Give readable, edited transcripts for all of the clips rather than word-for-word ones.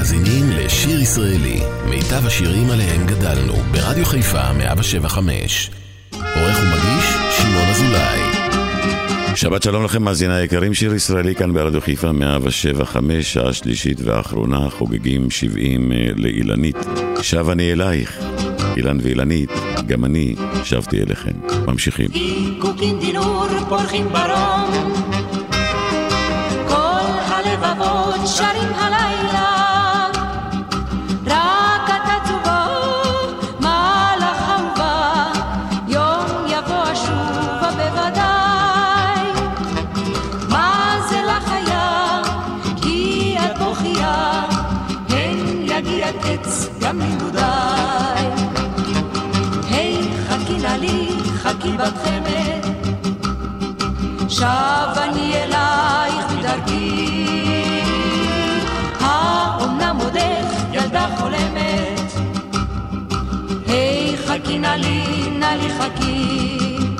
מאזינים לשיר ישראלי, מיטב השירים עליהם גדלנו, ברדיו חיפה 107.5. עורך ומגיש שמעון אזולאי. שבת שלום לכם מאזיני היקרים, שיר ישראלי כאן ברדיו חיפה 107.5, שעה שלישית ואחרונה, חוגגים 70 לאילנית. שב אני אלייך, אילן ואילנית, גם אני שבתי אליכם. ממשיכים. קוקין דינור פורחים ברום, כל הלבבות שרים הלילה, רק את עצובה, מלאך אהובה, יום יבוא שובה בוודאי. מה זה לך היה, כי את בוכייה, הן יגיע קץ גם לימודיי. היי חכי נא לי, חכי בת חמד, שב אני אלייך מדרכי. האומנם עודך ילדה חולמת, היי חכי נא לי חכי.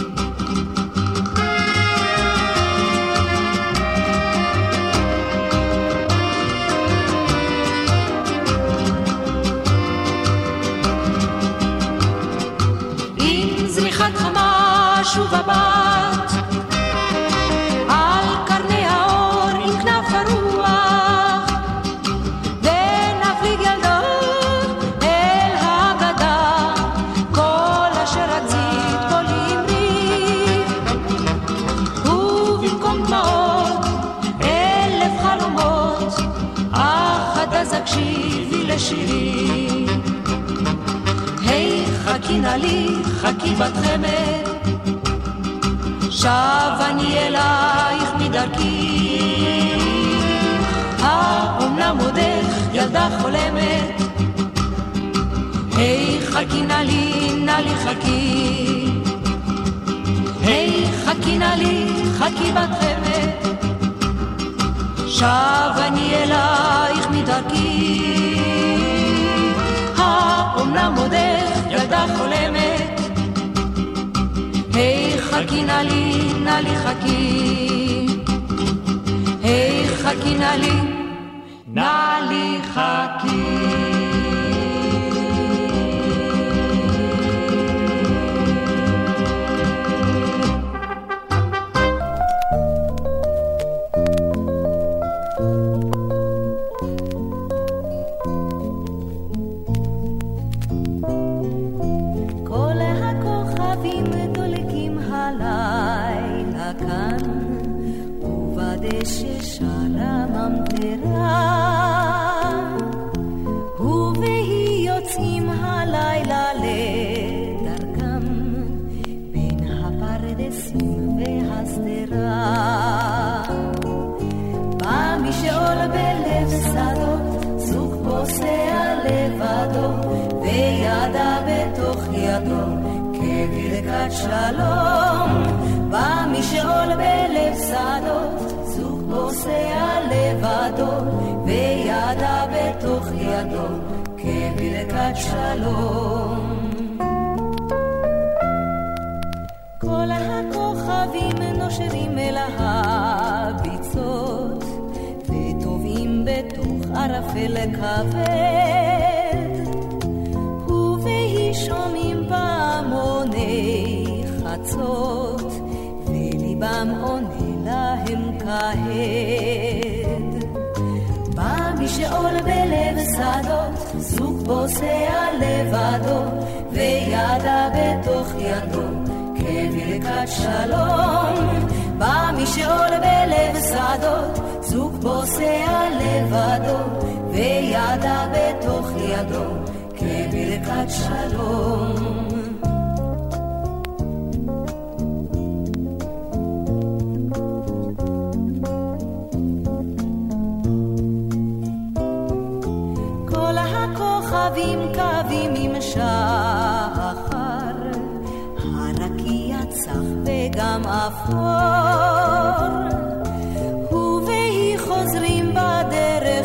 עם זריחת חמה שוב הבת, על קרני האור עם כנף הרוח, ונפליג ילדה אל הגדה, כל אשר רצית בו לאמרי. ובמקום דמעות 1000 חלומות, אך אז הקשיבי לשירי. היי חכי נא לי, חכי בת חמד, שב אני אלייך מדרכי. האומנם עודך ילדה חולמת, היי חכי נא לי חכי. היי חכי נא לי, חכי בת חמד, שב אני אלייך מדרכי. האומנם עודך ילדה חולמת, היי חכי נא לי חכי. היי חכי נא לי חכי. שלום, בא מי שעול בלב שדות, זוג פוסע לבדו, וידה בתוך ידו, כברכת שלום. כל הכוכבים נושרים אל הביצות, וטובעים בתוך ערפל כבד, ובהי שומעים פעמוני חצות, וליבם עונה להם כהד. בא מי שעול בלב שדות, זוג פוסע לבדו, וידה בתוך ידו, כברכת שלום. בא מי שעול בלב שדות, זוג פוסע לבדו, וידה בתוך ידו, כברכת שלום. כוכבים עם שחר, הרקיע צח וגם אפור, ובהי חוזרים בדרך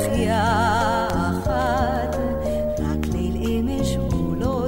יחד, רק ליל אמש הוא לא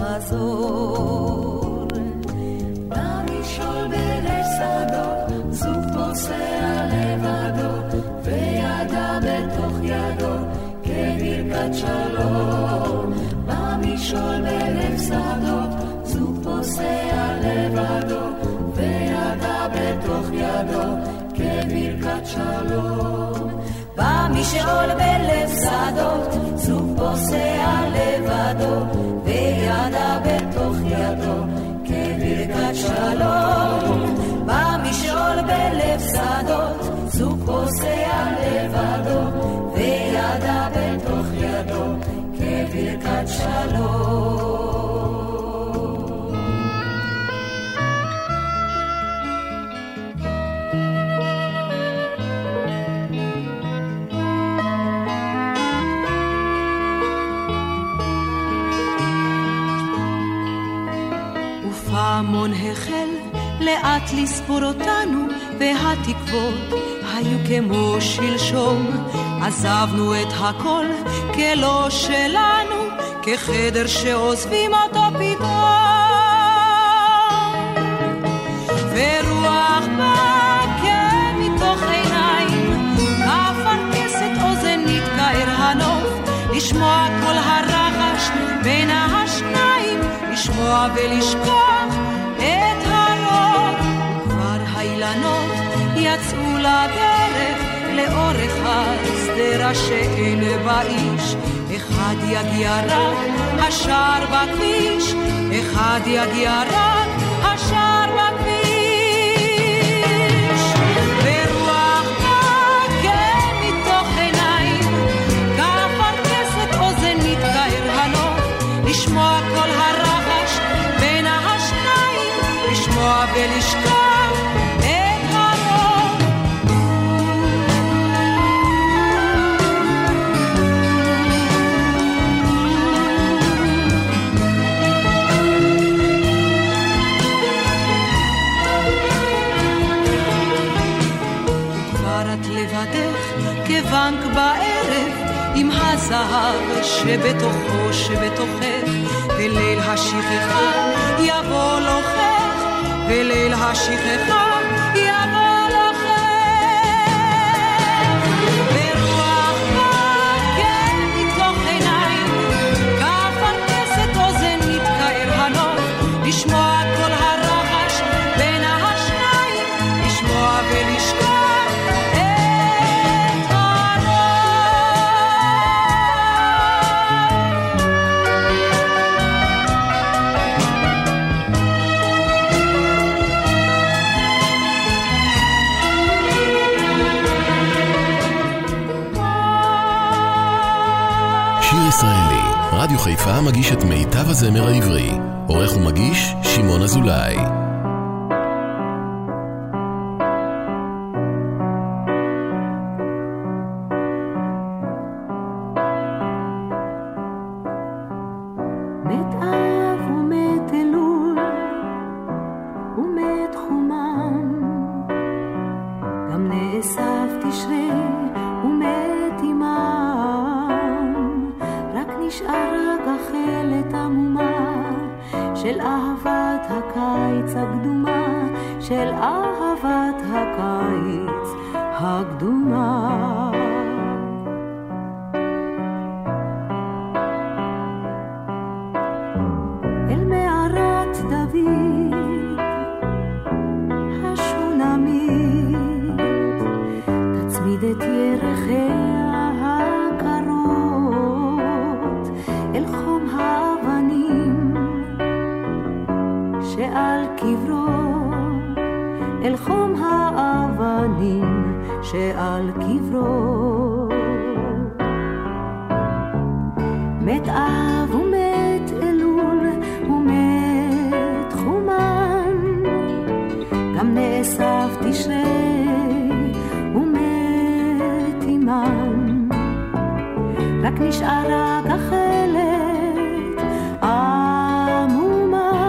יחזור. במשול בלב שדות, זוג פוסע לבדו, וידה בתוך ידו, כברכת בברכת שלום, במשעול בלב שדות, זוג פוסע לבדו, וידה בתוך ידו, כברכת שלום. במשעול בלב שדות, זוג פוסע לבדו, וידה בתוך ידו, כברכת שלום. במשעול בלב שדות, זוג פוסע לבדו, וידה בתוך ידו, כברכת שלום. ופעמון החל לאט לספור אותנו, והתקוות היו כמו שלשום. עזבנו את הכל כלא שלנו, כחדר שעוזבים אותו פתאום. ורוח באה מתוך עיניים, אפרכסת אוזנית כאר הנוף, לשמוע כל הרחש בין השניים, לשמוע ולשכוח את הרוב. כבר האילנות יצאו לדרך, לאורך הסדרה שאין בה איש. אחד יגיע רק השער בכביש, אחד יגיע רק השער בכביש. ורוח באה מתוך עיניים, כאפרכסת אוזנית כאר הנוף, לשמוע כל הרחש בין השניים, לשמוע ולשכוח את הרוב. כבר את לבדך כבנק בערב, עם הזהב שבתוכו שבתוכך, וליל השכחה יבוא לוחך, וליל השכחה יבוא לוחך. ורוח באה מתוך עיניים, כאפרכסת אוזנית כאר הנוף, לשמוע כל הרחש בין השניים, לשמוע ולשכוח את הרוב. שיר ישראלי, רדיו חיפה מגיש את מיטב הזמר העברי. עורך ומגיש שמעון אזולאי. מת אב ומת אלול ומת חומן, גם נאסף תשרי ומת אימם, רק נשארה גחלת עמומה של אהבת הקיץ הקדומה, של אהבת הקיץ הקדומה. אל מערת דוד השונמית, תצמיד את ירחיה הקרות, אל חום האבנים שעל קברו, אל חום האבנים שעל קברו. מת אב ומת אלול ומת חומן, גם נאסף תשרי ומת אימן, רק נשארה גחלת עמומה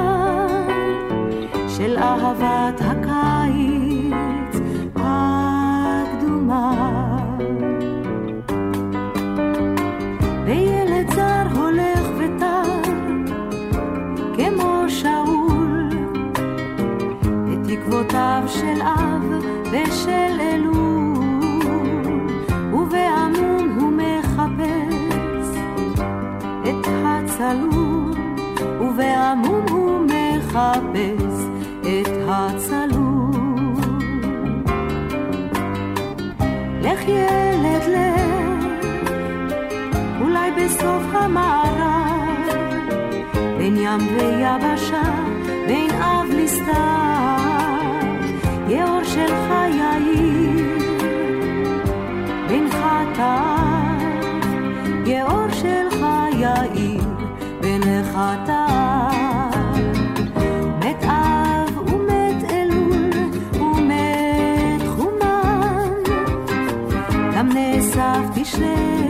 של אהבת הקיץ הקדומה. וילד זר הולך ותר כמו שאול, בתקוותיו של אב ושל אלול, ובעמום הוא מחפש צלול, ובעמום הוא מחפש את הצלול. לך ילד לך, אולי בסוף המערב, בין ים ויבשה, בין אב לסתיו, יאור שלך יאיר, בין חטב, יאור שלך יאיר, בין חטב. מת אב ומת אלול ומת חומן, גם נאסף תשרי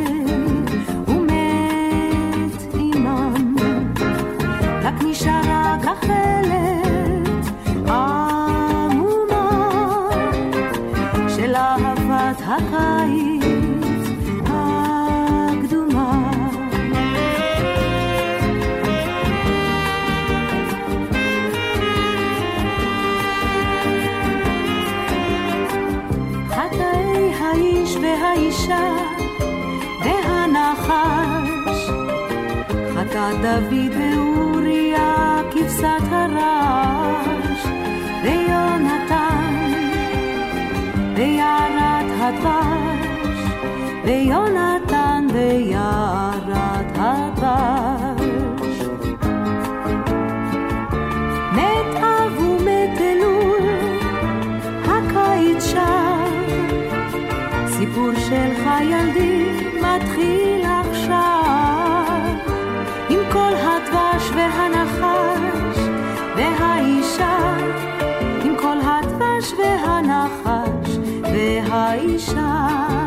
ומת אימם, רק נשארה גחלת עמומה של אהבת הקיץ הקדומה. חטאי האיש והאישה והנחש, חטאת דוד ואוריה כבשת הרש, ויונתן ויערת הדבש, ויונתן ויערת הדבש. מת אב ומת אלול, הקיץ שם, סיפור שלך ילדי מתחיל עכשיו, עם כל הדבש והנחש והאישה, עם כל הדבש והנחש והאישה.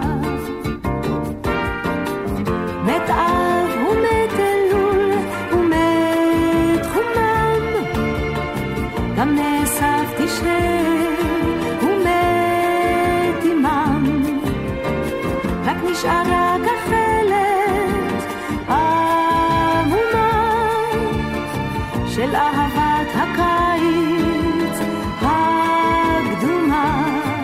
מת אב ומת אלול ומת חומם, גם נאסף תשרי ומת אימם, רק נשארה גחלת עמומה של אהבת הקיץ הקדומה.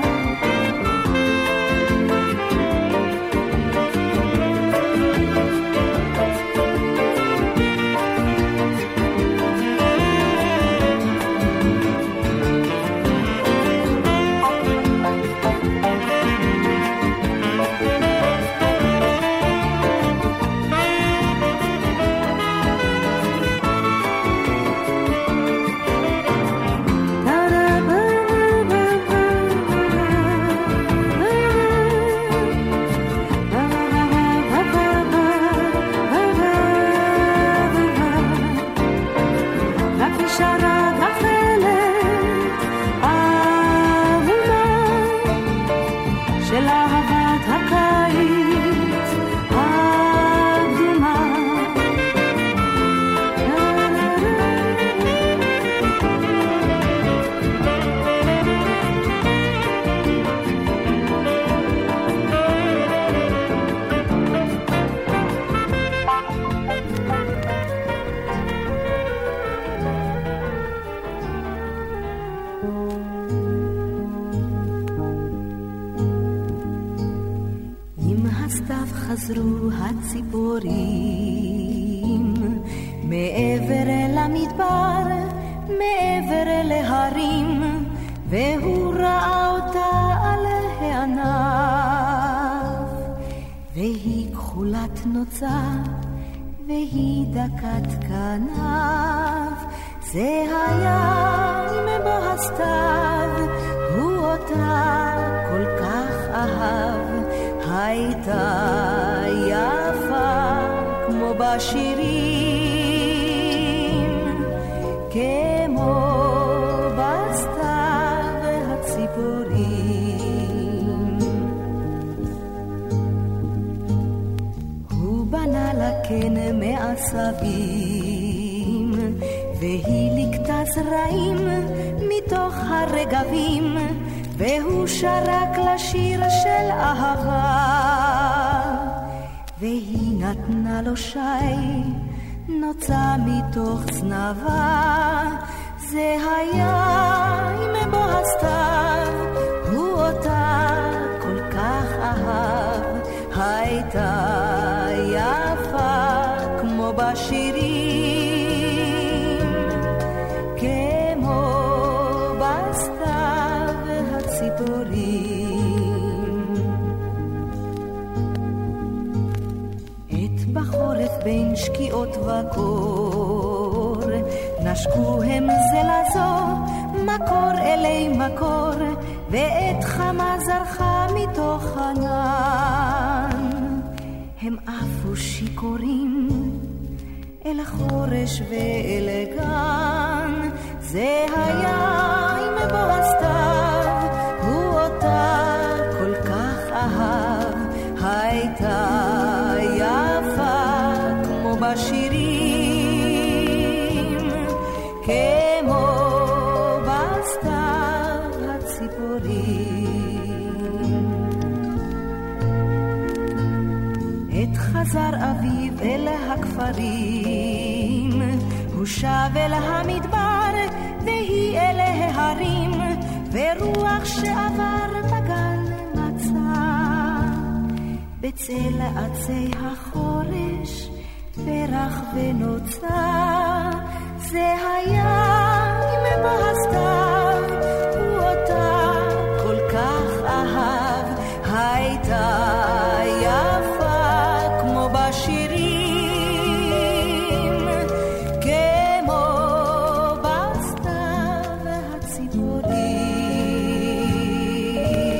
חזרו הציפורים מעבר אל המדבר, מעבר אל ההרים, והוא ראה אותה על הענף, והיא כחולת נוצה והיא דקת כנף. זה היה עם בו הסתיו, הוא אותה כל כך אהב, הייתה יפה כמו בשירים, כמו בסתיו הציפורים. הוא בנה לה קן מעשבים, והיא לקטה זרעים מתוך הרגבים, והוא שרק לשיר של אהבה, והיא נתנה לו שי נוצה מתוך זנבה. זה היה עם בו הסתיו, הוא אותה כל כך אהב, הייתה יפה כמו כמו בשירים, כמו בסתיו הציפורים. עת בחורף בין שקיעות וקור, נשקו הם זה לזו, מקור אלי מקור, ועת חמה זרחה מתוך ענן. הם עפו שיכורים אל החורש ואל הגן, זה היה עם בו הסתיו, הוא אותה כל כך אהב, הייתה יפה כמו בשירים, כמו בסתיו הציפורים. עת חזר אביב אל הכפרים, הוא שב אל המדבר והיא אל ההרים, ורוח שעבר בגן מצא בצל עצי החורש פרח ונוצר. זה היה עם בו הסתיו, הוא אותה כל כך אהב, הייתה יפה כמו בשירים, כמו בסתיו הציפורים.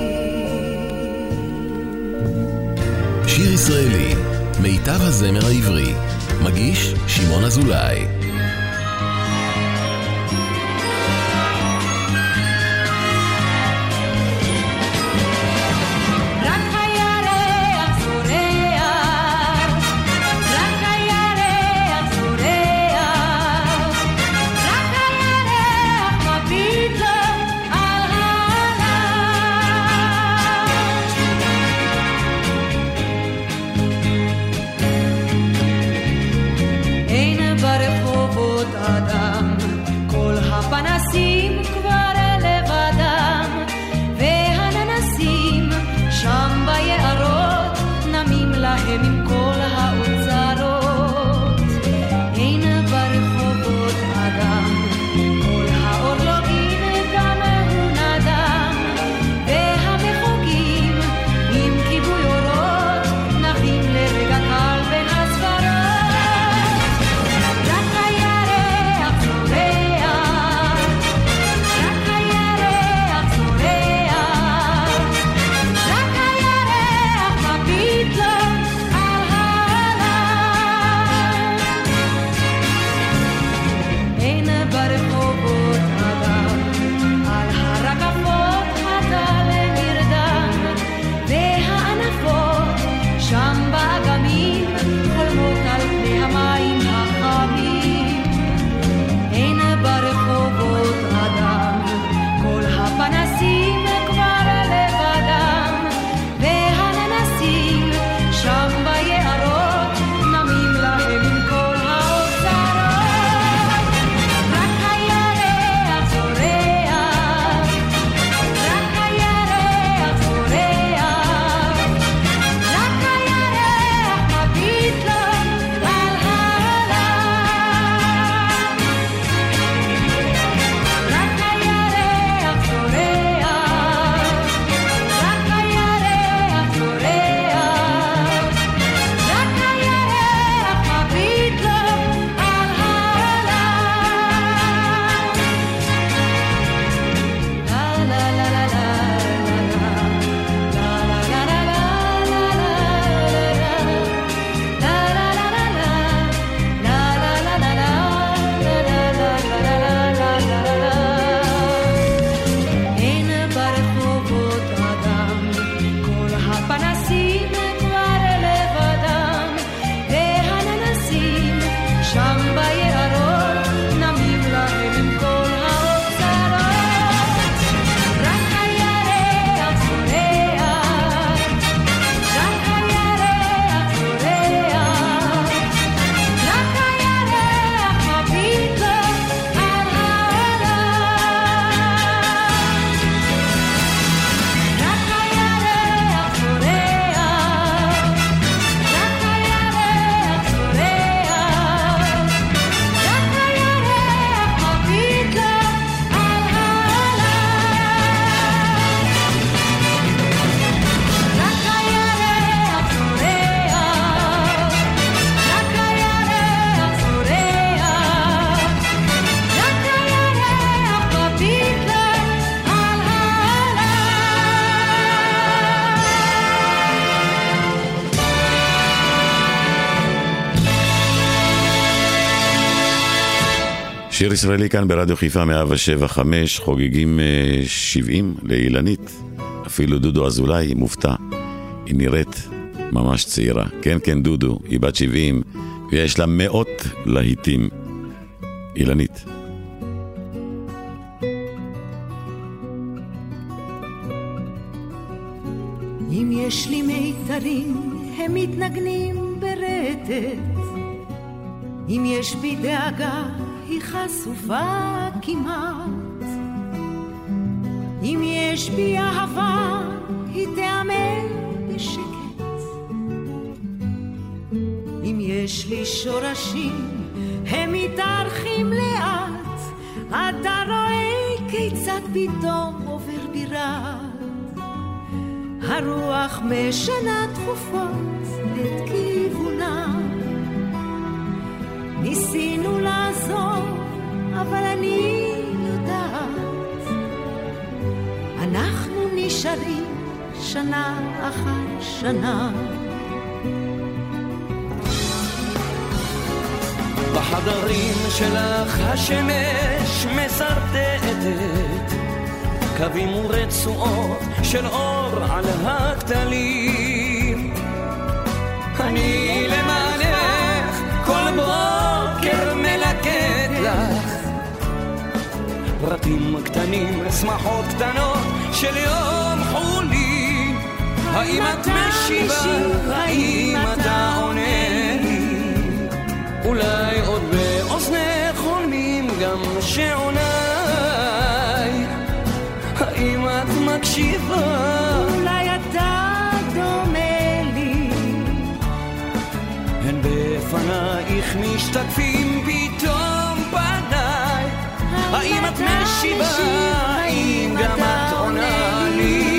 שיר ישראלי, מיטב הזמר העברי, מגיש שמעון אזולאי. ברחוב שיר ישראלי כאן ברדיו חיפה 107.5, חוגגים 70 לאילנית. אפילו דודו אזולאי מופתע, היא נראית ממש צעירה. כן, כן, דודו, היא בת 70 ויש לה מאות להיטים. אילנית. אם יש לי מיתרים הם מתנגנים ברטט, אם יש בי דאגה היא חשופה כמעט, אם יש בי אהבה היא תאמר בשקט, אם יש לי שורשים הם מתארחים לאט, אתה רואה כיצד פתאום עובר בירת, הרוח משנה תכופות את כיוונה, ניסינו לעזור אבל אני יודעת, אנחנו נשארים שנה אחר שנה. בחדרים שלך השמש מסרטטת קווים ורצועות של אור על הכתלים, אני למענך כל בוקר מלקט לך פרטים קטנים, שמחות קטנות של יום חולי. האם את משיבה? האם אתה עונה לי? אולי עוד באוזנך חולמים גם שעוניי. האם את מקשיבה? אולי אתה דומה לי. הן בפנייך משתקפים פתאום פניי. האם את משיבה? האם גם את עונה לי?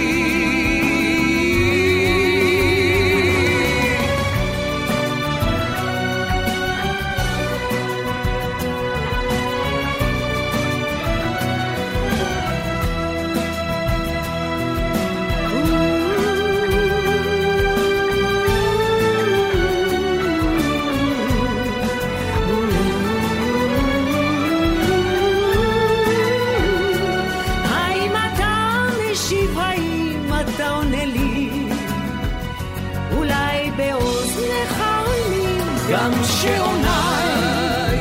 גם שעוניי.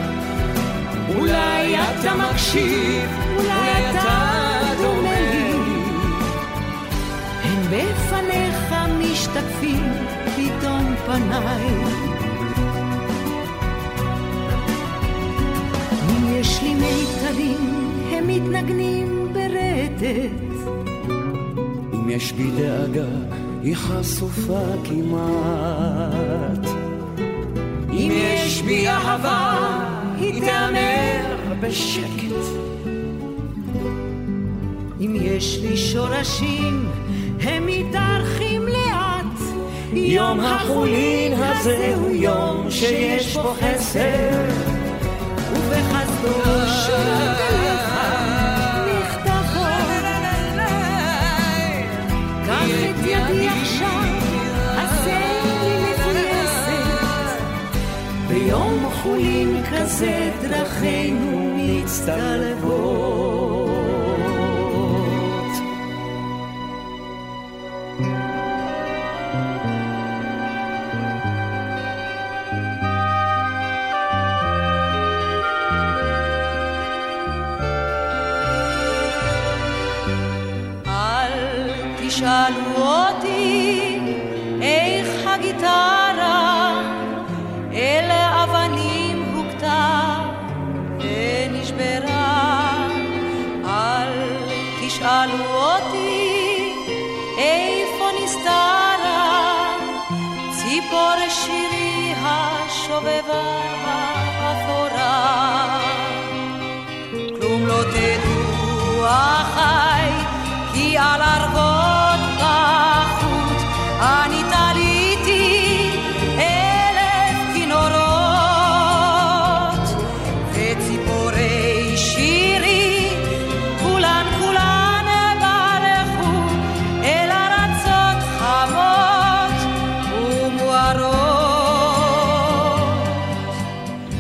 אולי אתה מקשיב, אולי אתה דומה לי. הם בפניך משתקפים פתאום פניי. אם יש לי מיתרים הם מתנגנים ברטט. אם יש בי דאגה היא חשופה כמעט. אם יש בי אהבה היא תאמר בשקט. אם יש לי שורשים הם מתארחים לאט. יום החולין הזה הוא יום שיש בו חסר, ובחסדו של גליך נכתבו. קח את ידי עכשיו, עשה לי מפויסת. ביום חולין כזה דרכינו מצטלבות. שאלו אותי איך הגיטרה אל אבנים הוכתה ונשברה. אל תשאלו אותי איפה נסתרה ציפור שירי השובבה האפורה. כלום לא תדעו אחי כי על ערבות בחוט אני תליתי 1000 כינורות וציפורי שירי כולן ברחו אל ארצות חמות ומוארות.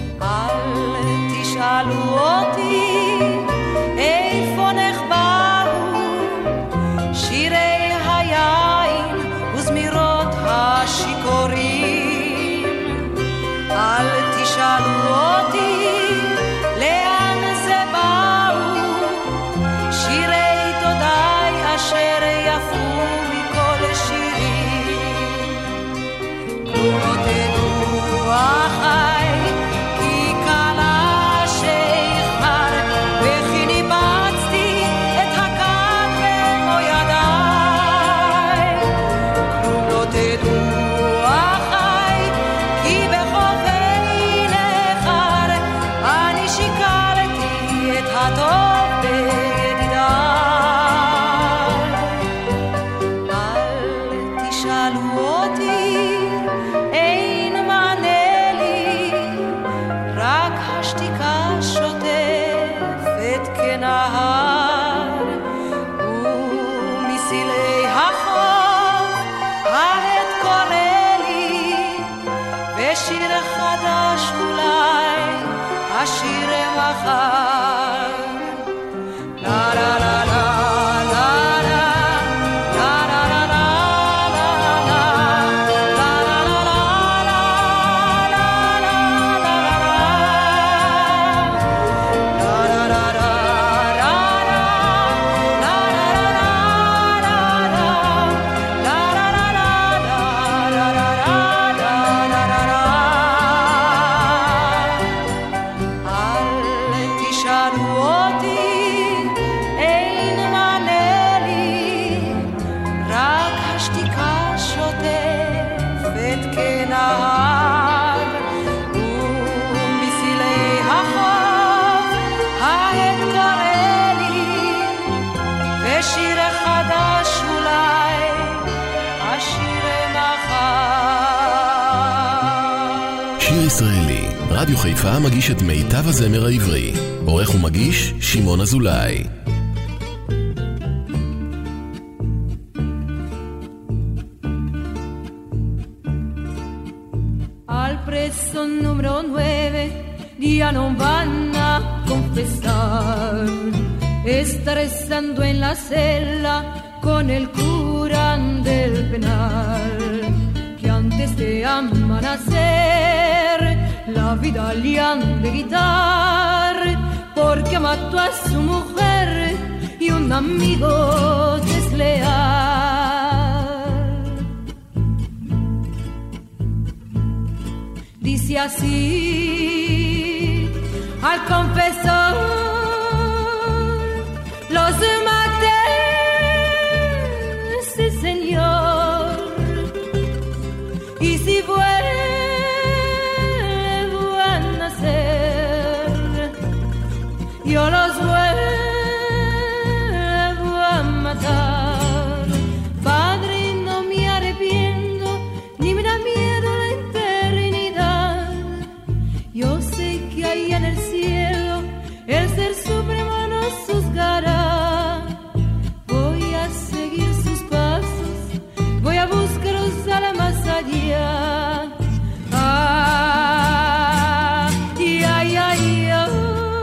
אל תשאלו אותי לאן זה באו שירי תודאי אשר יפו מכל שירים לא תדעו אחי כי קלה שיכבר וכי ניבצתי את הכד במו ידיי לא תדעו אחי כי בחופי נחר אני שיקרתי את הטוב בידידיי אל תשאלו אותי אין מענה לי רק השתיקה שוטפת כנהר ומסילי החוף העד קורא לי ושיר חדש אולי השיר מחר לה לה לה לה לה ישראלי, רדיו חיפה מגיש את מיטב הזמר העברי. עורך ומגיש שמעון אזולאי. Al preso numero 9 ya no van a confesar. Estaré estando en la celda con el cura del penal que antes de amanecer la vida le han de quitar porque mató a su mujer y un amigo desleal. Dice así al confesor: los maté, sí señor, y si vuelvo a nacer, yo los vuelvo a matar. Padre, no me arrepiento, ni me da miedo la eternidad. Yo sé que ahí en el cielo el ser supremo nos juzgará. Voy a seguir sus pasos, voy a buscarlos a la más allá. Ay, ay, ay, oh.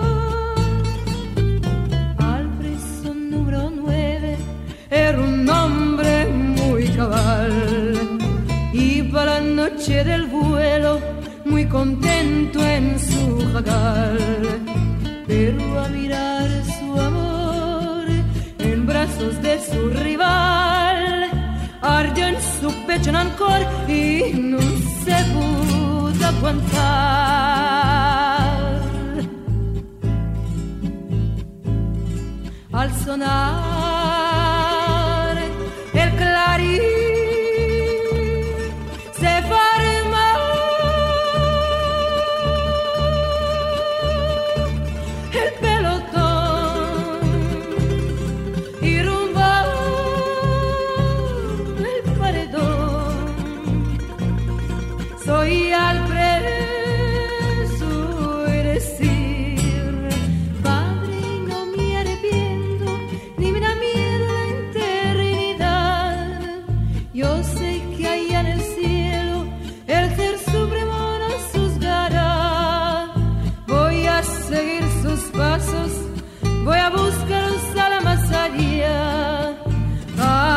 Al preso número 9 era un hombre muy cabal. Iba la noche del vuelo muy contento en su jacal, pero a mirar su amor en brazos de su rival ardió en su pecho un ancor y no se pudo aguantar. Al sonar el clarín se formó el pelotón y rumbo el paredón. Soy al preso y decir: Padre, no me arrepiento, ni me da miedo la eternidad. Yo sé que allá en el cielo el ser supremo nos juzgará. Voy a seguir sus pasos, voy a buscarlos a la más allá.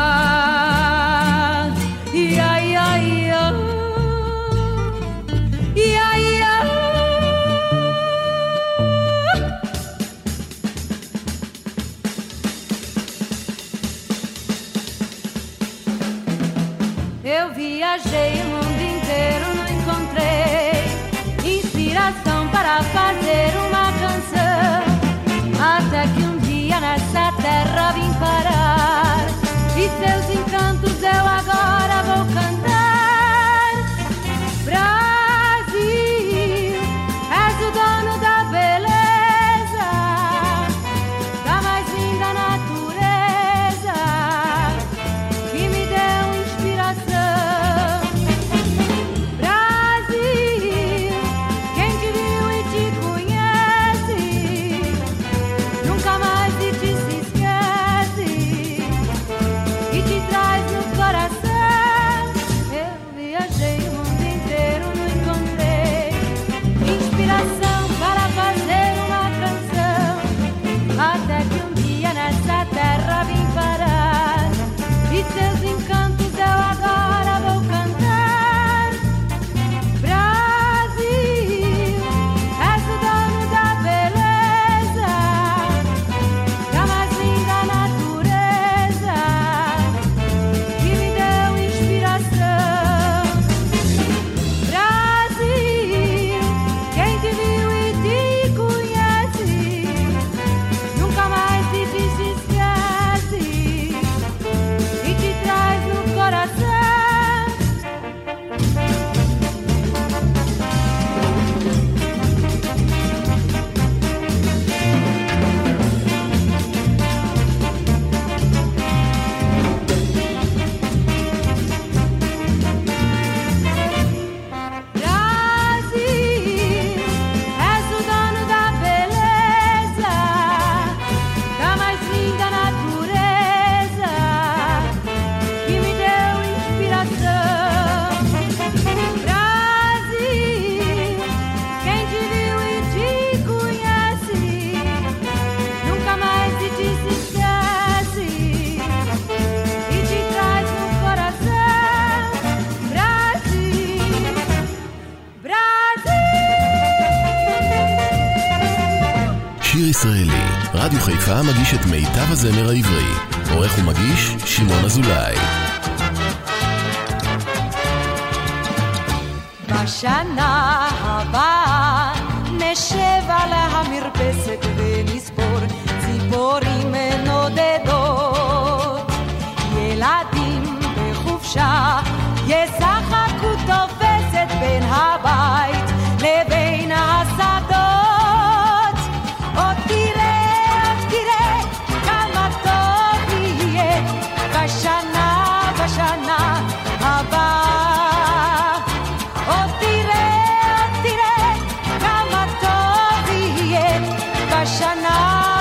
Ay, ay, ay, oh. parar. E seus encantos eu agora vou cantar. Brasil, és o dono da beleza, da mais linda natureza, que me deu inspiração. Brasil, quem te viu e te conhece, nunca mais de ti se esquece, e te traz no coração. Eu viajei o mundo inteiro, não encontrei inspiração para fazer uma canção, até que um dia nessa terra vim parar. E seus encantos eu agora vou cantar. Brasil, és o dono da beleza, da mais linda natureza, que me deu inspiração. Brasil, quem te viu e te conhece, nunca mais de ti se esquece, e te traz no coração. Brasil, és o dono da beleza, da mais linda natureza, que me deu inspiração. Brasil, quem te viu e te conhece, nunca mais de ti se esquece, e te traz no coração. Brasil, Brasil. שיר ישראלי, רדיו חיפה מגיש את מיטב הזמר העברי. עורך ומגיש שמעון אזולאי. בשנה הבאה נשב על המרפסת ונספור ציפורים נודדות. ילדים בחופשה ישחקו תופסת בין הבית לבין השדות. עוד תראה כמה טוב יהיה בשנה הבאה. עוד תראה כמה טוב יהיה בשנה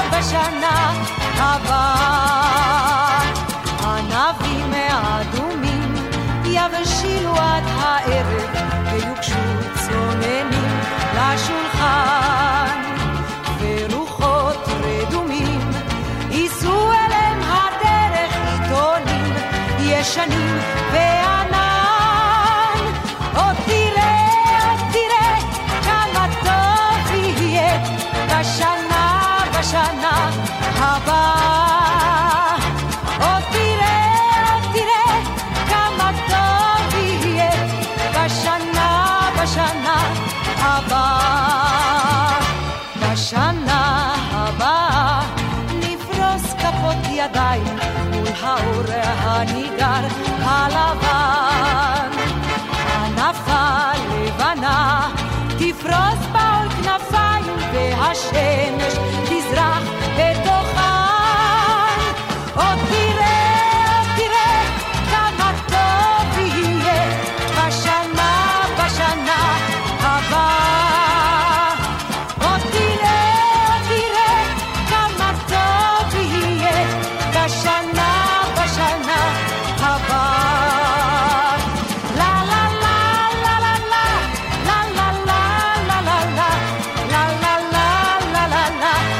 הבאה. ענבים האדומים יבשילו עד הערב ויוגשו צוננים לשולחן, ורוחות רדומים ייסעו אליהם הדרך עיתונים ישנים וענן. עוד תראה כמה טוב יהיה בשנה הבאה. עוד תראה כמה טוב יהיה בשנה הבאה. בשנה הבאה נפרוס כפות ידיים מול האור הניגר הלבן. ענפה לבנה תפרוס בעול כנפיים והשמש תזרח בתוכן. עוד תראה כמה טוב יהיה בשנה הבאה. עוד תראה כמה טוב יהיה בשנה הבאה. לה לה לה לה לה לה לה לה לה לה לה לה לה לה לה לה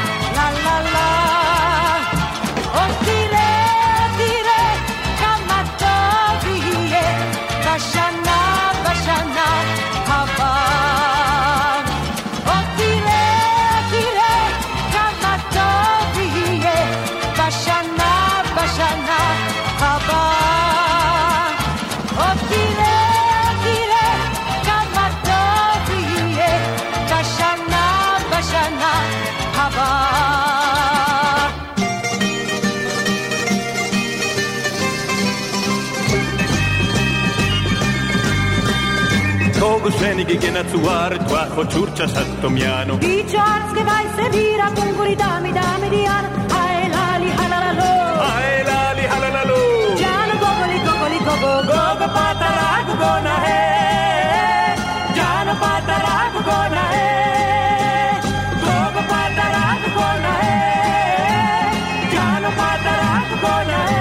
Kogoschenige genazuare, tuacho ciurcia sattomiano. Di ciarske vai se vira con guri dami dami diana. Ai lali halalalo. Ai lali halalalo. Giano gogoli gogoli gogo. Gogo patarago gona he. Giano patarago gona he. Gogo patarago gona he. Giano patarago gona he.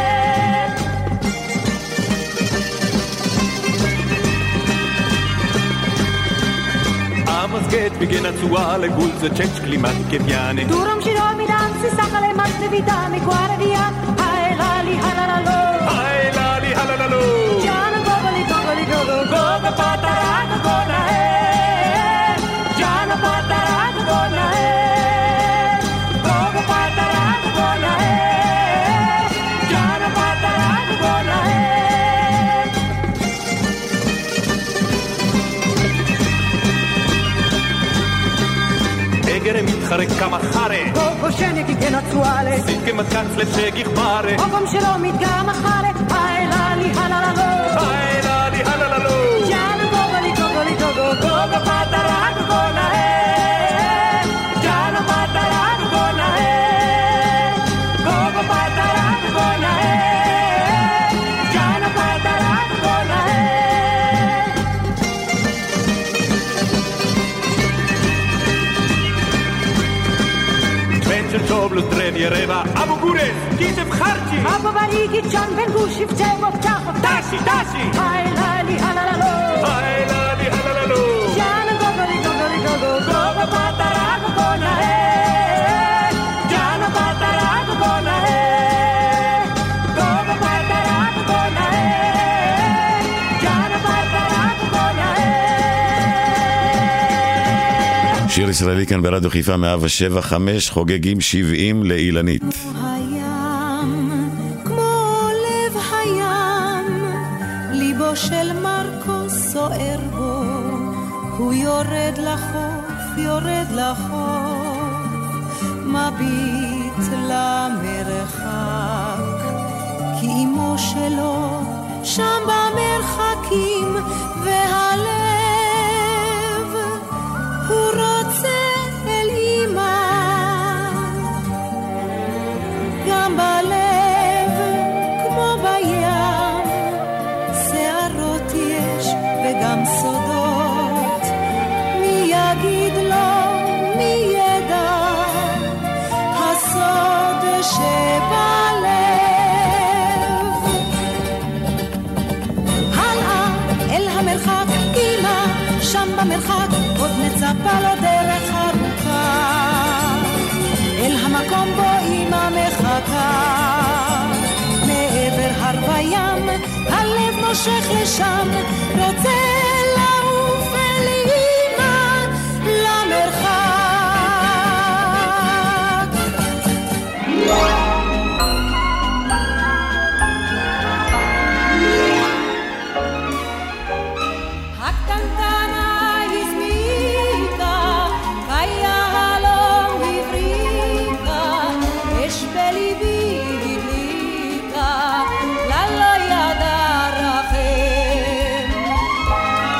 Geht wie genazuale gulze cech climatic piane. Durum shiromi danzi sakale maste vitami guardia. Ai lali halalalo. Ai lali halalalo. Giano gogoli gogoli gogo. Gogo patarago gona he. Giano patarago gona he. Gogo patarago gona he. Giano patarago gona he. Egere מתחרק כמה חרה. Gogo sheniki genatsuale. סיט כמתקץ לשגיח bare. Ogom shiromit gam khare. Ai lali halalalo. Ai lali halalalo. Giano gogoli gogoli gogo. Gogo patarago gona he. Giano patarago gona he. Gogo patarago gona he. Giano patarago gona he. Twenzer toblus drevje reva. Abu Gures, kisef kharchi. Abo bariki chan ben gushif tevov chachov. Dashi, dashi. Ai lali halalalo. Ai lali halalalo. Giano gogoli gogoli gogo. Gogo patarago gona he. Giano patarago gona he. Gogo patarago gona he. Giano patarago gona he. שיר ישראלי כאן ברדיו חיפה 107.5, חוגגים 70 לאילנית. הים, כמו לב הים, ליבו של מרקו סוער בו, הוא יורד לחוף, יורד לחוף, מביט למרחק, כי אמו שלו שם במרחקים, והלב הוא רוצה אל אמא. גם בלב כמו בים שערות יש וגם סודות, מי יגיד לו, מי ידע הסוד שבלב. הלאה אל המרחק אמא, שם במרחק עוד מצפה לו דרך ארוכה, אל המקום בו אמא מחכה. מעבר הר וים הלב מושך לשם, רוצה לעוף אל אמא למרחק. הקטנטנה הזמיקה, כיהלום הבריקה, אש בליבי הדליקה, כלל לא ידע רחם.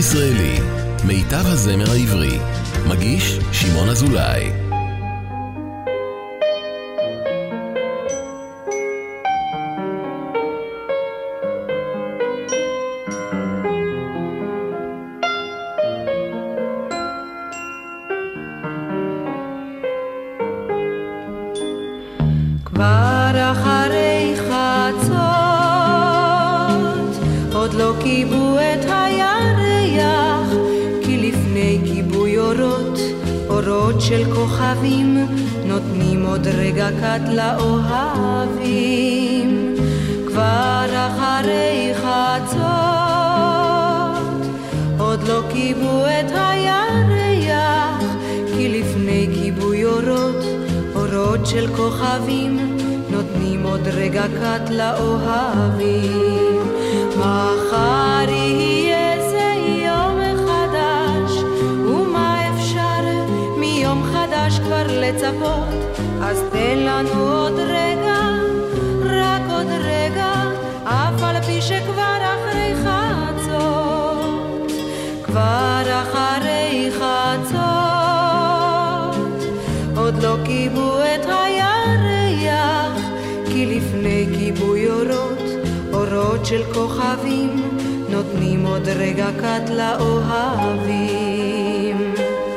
ישראלי, מיטב הזמר העברי. מגיש שמעון אזולאי. כבר אחרי חצות עוד לא קיבו את הירח, כי לפני כיבוי אורות של כוכבים נותנים עוד רגע קט לאוהבים. כבר אחרי חצות עוד לא קיבו את הירח, כי לפני כיבוי אורות של כוכבים נותנים עוד רגע קט לאוהבים. מחר יהיה זה יום חדש, ומה אפשר מיום חדש כבר לצפות? אז תן לנו עוד רגע, רק עוד רגע, אף על פי שכבר אחרי חצות. כבר אחרי חצות עוד לא קיבו את הירח, כי לפני כיבוי אורות של כוכבים נותנים עוד רגע קט לאוהבים.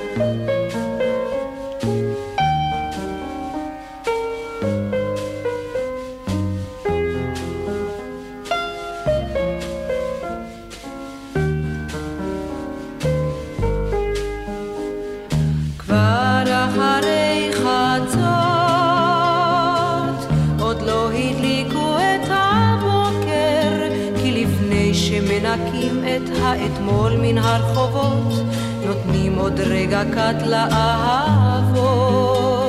כבר אחרי חצות עוד לא הדליקו את הבוקר, כי לפני שמנקים את האתמול מן הרחובות נותנים עוד רגע קט לאהבות.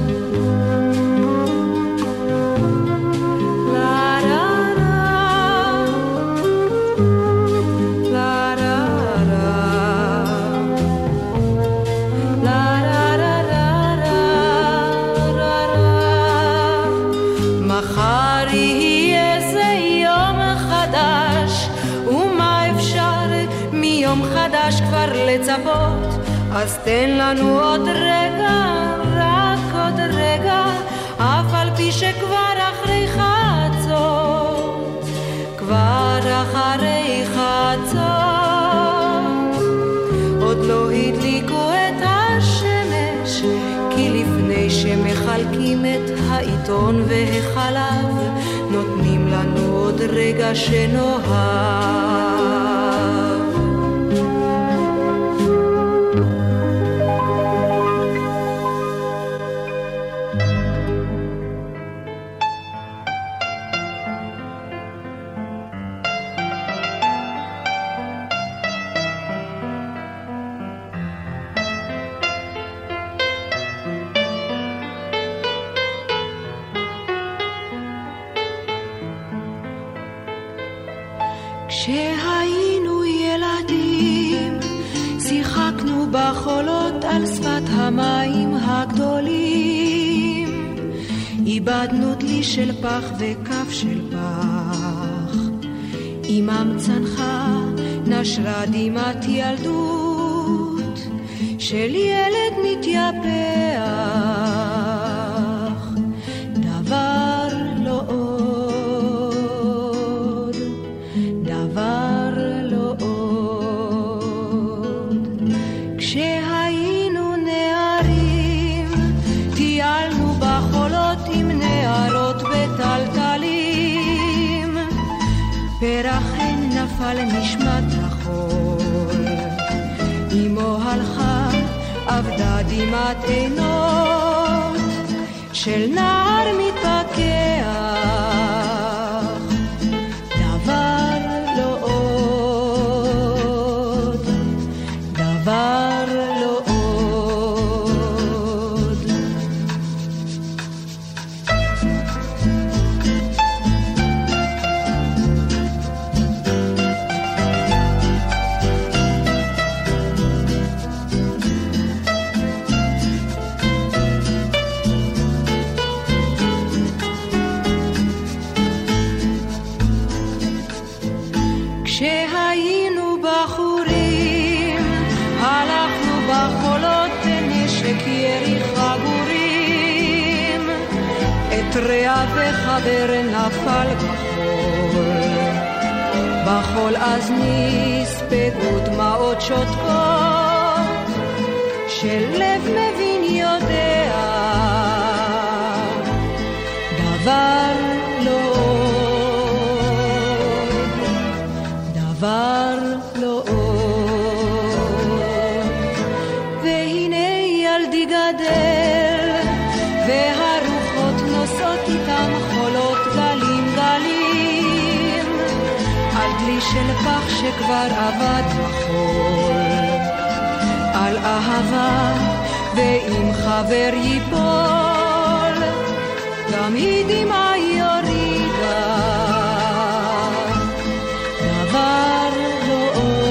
חדש כבר לצפות, אז תן לנו עוד רגע, רק עוד רגע, אף על פי שכבר אחרי חצות. כבר אחרי חצות עוד לא הדליקו את השמש, כי לפני שמחלקים את העיתון והחלב נותנים לנו עוד רגע שנוהב. כשהיינו ילדים שיחקנו בחולות על שפת המים הגדולים, איבדנו דלי של פח וכף של פח, אמם צנחה נשרה דמעת ילדות של ילד מתייפח. דבר לא עוד, דבר לא עוד. כשהיינו נערים טיילנו בחולות עם נערות וטלטלים, פרחן נפל נשמת החול, אמו הלכה עבדה דמעת עינות של נער מתפקח. דבר לא עוד, דבר לא עוד. כשהיינו בחורים את רע וחבר נפל בחול, בחול אז נספגו דמעות שותקות, שלב מבין יודע דבר לא עוד, דבר לא עוד. והנה ילדי גדל והרוחות נוסעות איתם חולות גלים גלים, על דלי של פח שכבר עבד בחול, על אהבה ואם חבר ייפול גם היא דמעה יורידה, דבר לא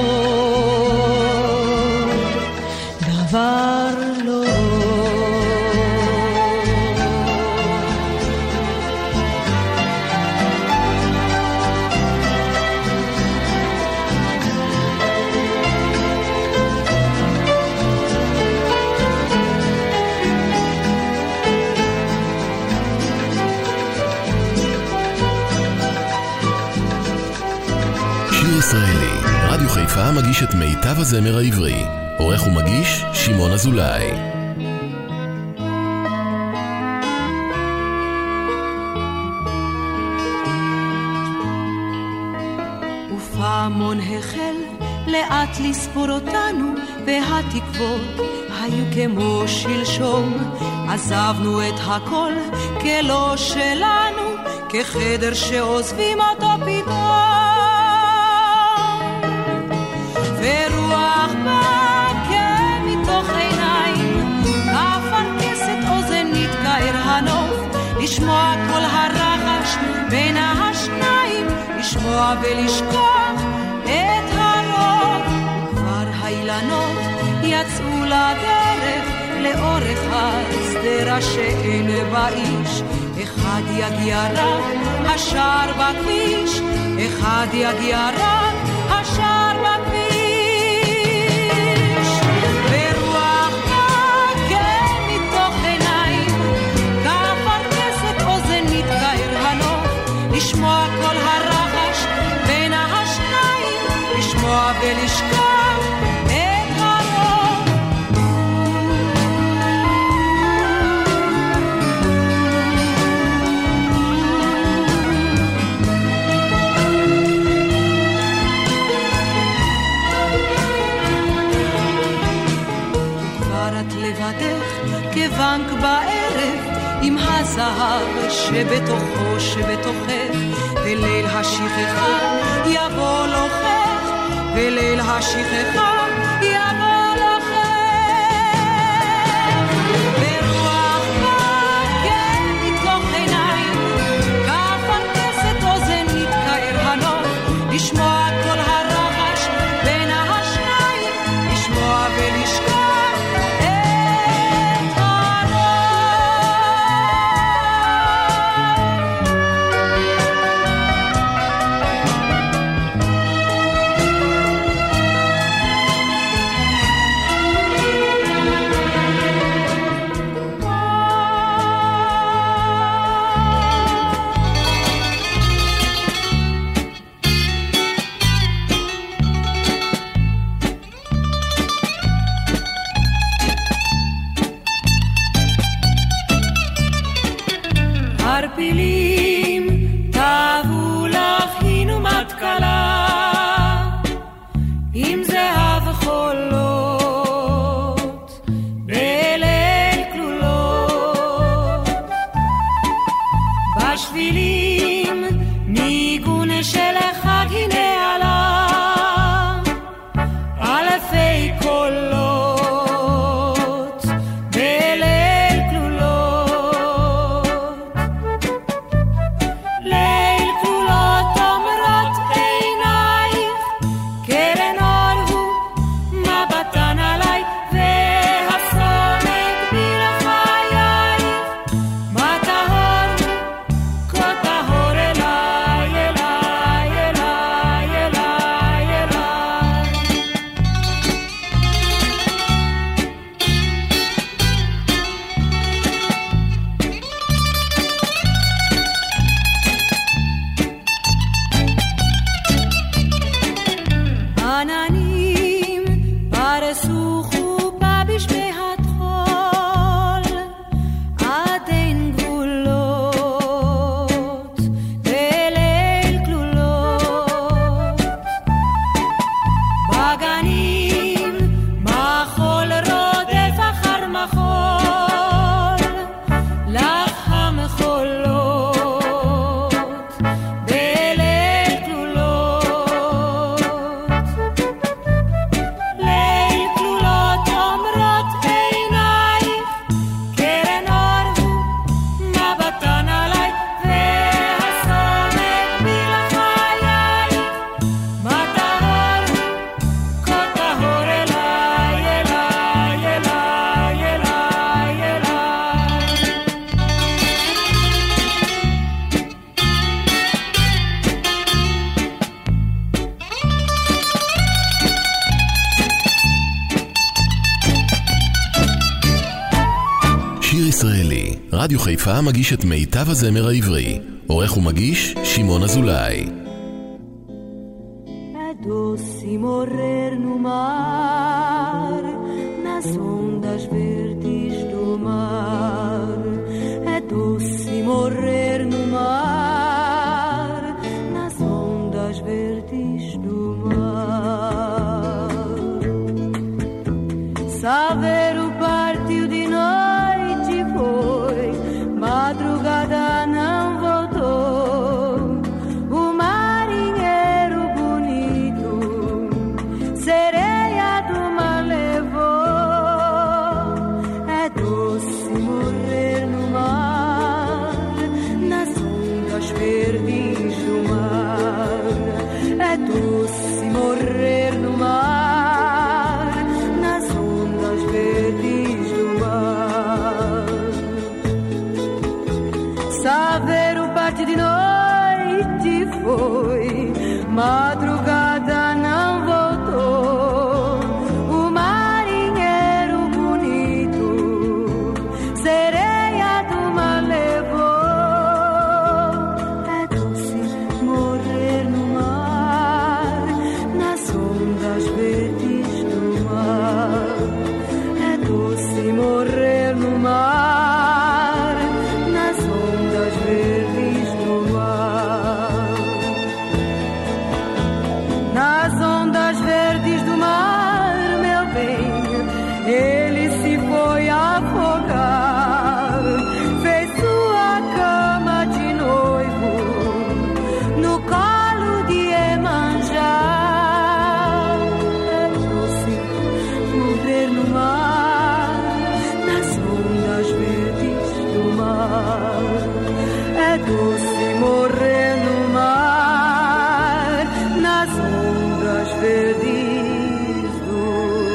עוד, דבר לא עוד. ישראלי, רדיו חיפה מגיש את מיטב הזמר העברי. עורך ומגיש שמעון אזולאי. ופעמון החל לאט לספור אותנו, והתקוות היו כמו שלשום. עזבנו את הכל כלא שלנו, כחדר שעוזבים אותו פתאום. ורוח בקה מתוך עיניים, אפנקסת אוזן נתקער הנוף, לשמוע כל הרחש בין השניים, לשמוע ולשכוח את הרוב. כבר האילנות יצאו לדרך לאורך השדרה שאין בה איש, אחד יגיע רק השאר בכביש, אחד יגיע רק השאר בכביש. ורוח בקה מתוך עיניים, כאפרכסת אוזן נתקער הנוף, לשמוע כל הרחש בין השניים, לשמוע ולשכוח את הרוב. כבנק בערב עם הזהב שבתוכו שבתוכך, וליל השכחה יבוא לוחך, וליל השכחה יבוא לוחך. ורוח בקה מתוך עיניים, כאפרכסת אוזן נתקער הנוף, לשמוע כל הרחש בין השניים, לשמוע ולשכוח. רדיו חיפה מגיש את מיטב הזמר העברי. עורך ומגיש שמעון אזולאי. Doce morrer no mar, nas ondas verdes do mar. É doce morrer no mar, nas ondas verdes do mar. Saber o partiu de noite foi, madrugada não voltou. O marinheiro bonito, sereia do mar levou. É doce morrer no mar, nas ondas verdes do mar. É doce morrer no mar, nas ondas verdes do mar. Saber o parte de noite foi, madrugada não voltou. O marinheiro bonito, sereia do mar levou. É doce morrer no mar, nas ondas verdes do mar. É doce morrer no mar, nas ondas verdes do mar. Nas ondas verdes do mar, meu bem, ele se foi afogar. Fez sua cama de noivo no colo de Iemanjá. É doce morrer no mar, nas ondas verdes do mar. É doce morrer no mar, nas ondas verdes do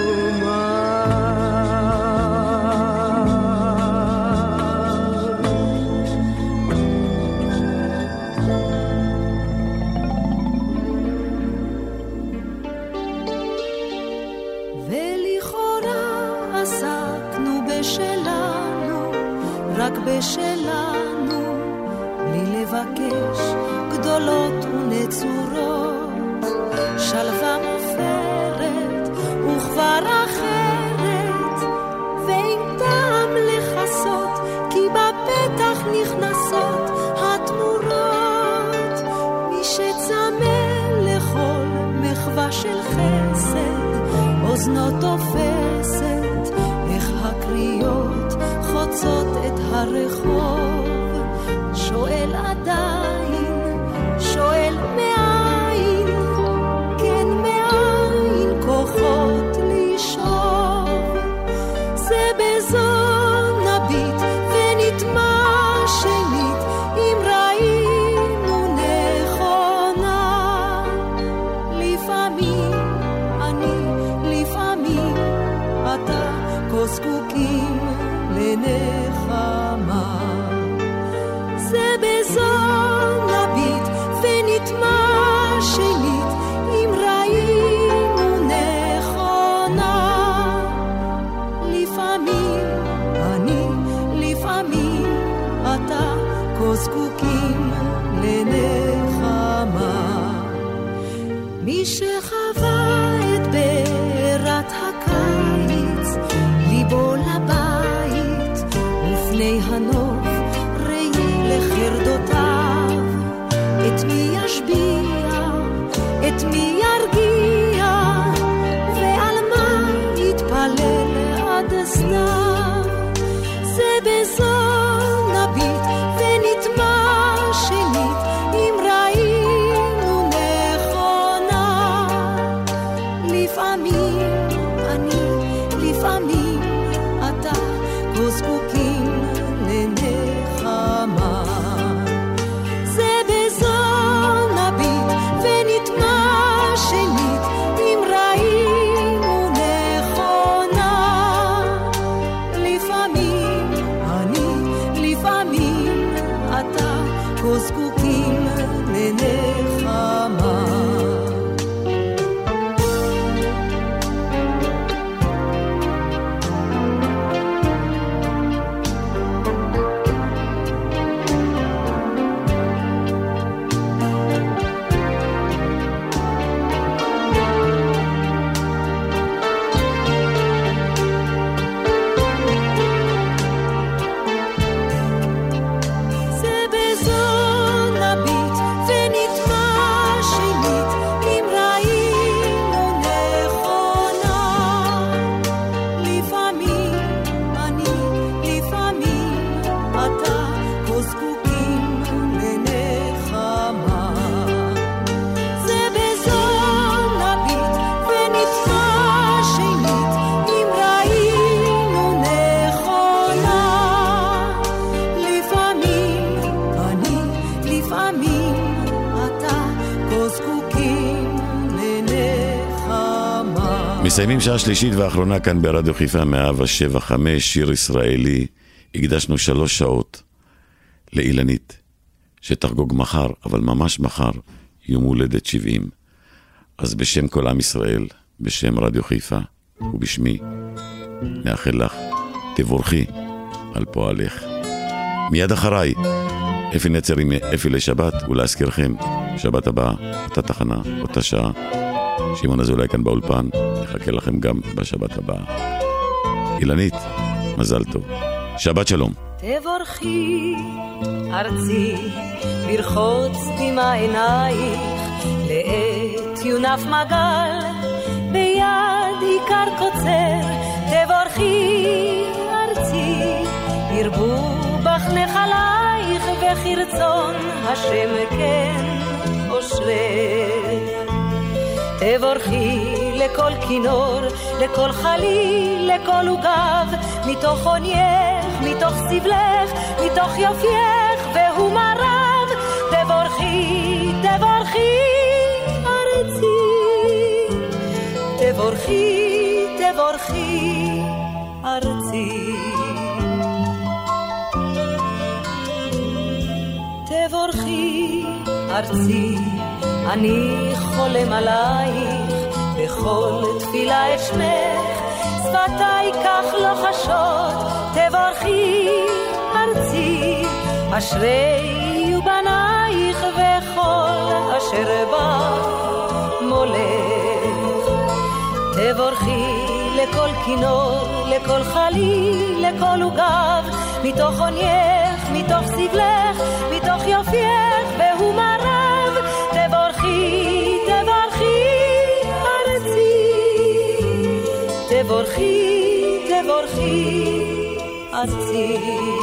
ולכאורה עסקנו בשלנו, רק בשלנו, בלי לבקש גדולות ונצורות. שלווה מופרת וכבר אחרת, ואין טעם לחסות, כי בפתח נכנסות התמורות. מי שצמא לכל מחווה של חסד, אוזנו תופסת איך הקריאות חוצות את הרחוב. שואל עדיין, שואל מאין, כן מאין כוחות לשאוב. זה בזון נביט ונטמע שנית, אם ראינו נכונה. לפעמים אני, לפעמים אתה, כה זקוקים לנחמה. זה בזון נביט ונטמע שנית, אם ראינו נכונה. לפעמים אני, לפעמים אתה, כה זקוקים לנחמה. מי שחווה את בערת הקיץ, ליבו לבית ופני הנוף, ראי לחרדותיו. את מי ישביע, את מי ירגיע, ועל מה יתפלל עד הסתיו. זה בזון נביט ונטמע שנית, אם ראינו נכונה. לפעמים אני, לפעמים אתה, כה זקוקים לנחמה. זה בזון נביט ונטמע מסיימים שעה שלישית ואחרונה כאן ברדיו חיפה 107.5, שיר ישראלי. הקדשנו 3 שעות לאילנית, שתחגוג מחר, אבל ממש מחר, יום הולדת 70. אז בשם כל עם ישראל, בשם רדיו חיפה, ובשמי, נאחל לך, תבורכי על פועלך. מיד אחריי, אפי נצר עם אפי לשבת, ולהזכירכם, שבת הבאה, אותה תחנה, אותה שעה, שמעון אזולאי כאן באולפן, נחכה לכם גם בשבת הבאה. אילנית, מזל טוב. שבת שלום. תבורכי ארצי, ברכות דמע עינייך, לעת יונף מגל, ביד עיקר קוצר. תבורכי ארצי, ירבו בך נחלייך, וכרצון השם כן אושרך. תבורכי לכל כינור, לכל חליל, לכל עוגב, מתוך עונייך, מתוך סבלך, מתוך יופייך והומריו. תבורכי, תבורכי ארצי, תבורכי, תבורכי ארצי. תבורכי ארצי, אני חולם עלייך, בכל תפילה את שמך, שפתיי כך לוחשות. תבורכי ארצי, אשרי יהיו בנייך, וכל אשר בא מולך. תבורכי לכל כינור, לכל חליל, לכל עוגב, מתוך עונייך, מתוך סבלך, מתוך יופייך והומריו. תבורכי, תבורכי ארצי, תבורכי, תבורכי ארצי.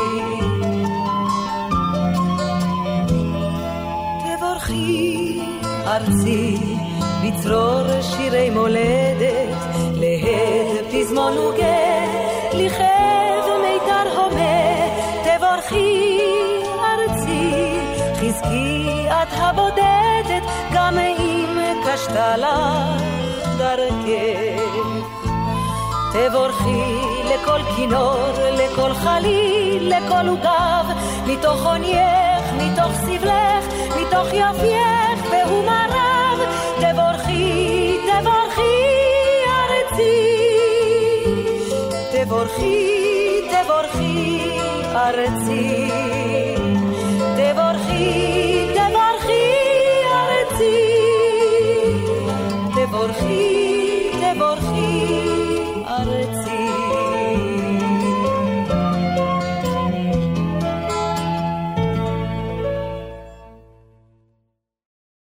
תבורכי ארצי, בצרור שירי מולדת, להד פזמון וגט, לכאב מיתר הומה. תבורכי ארצי, חזקי את הבודדת, גם אם קשתה לך דרכך. תבורכי לכל כינור, לכל חליל, לכל עוגב, מתוך עונייך, מתוך סבלך, מתוך יופייך והומריו. תבורכי, תבורכי ארצי, תבורכי, תבורכי ארצי, תבורכי, תבורכי ארצי, תבורכי, תבורכי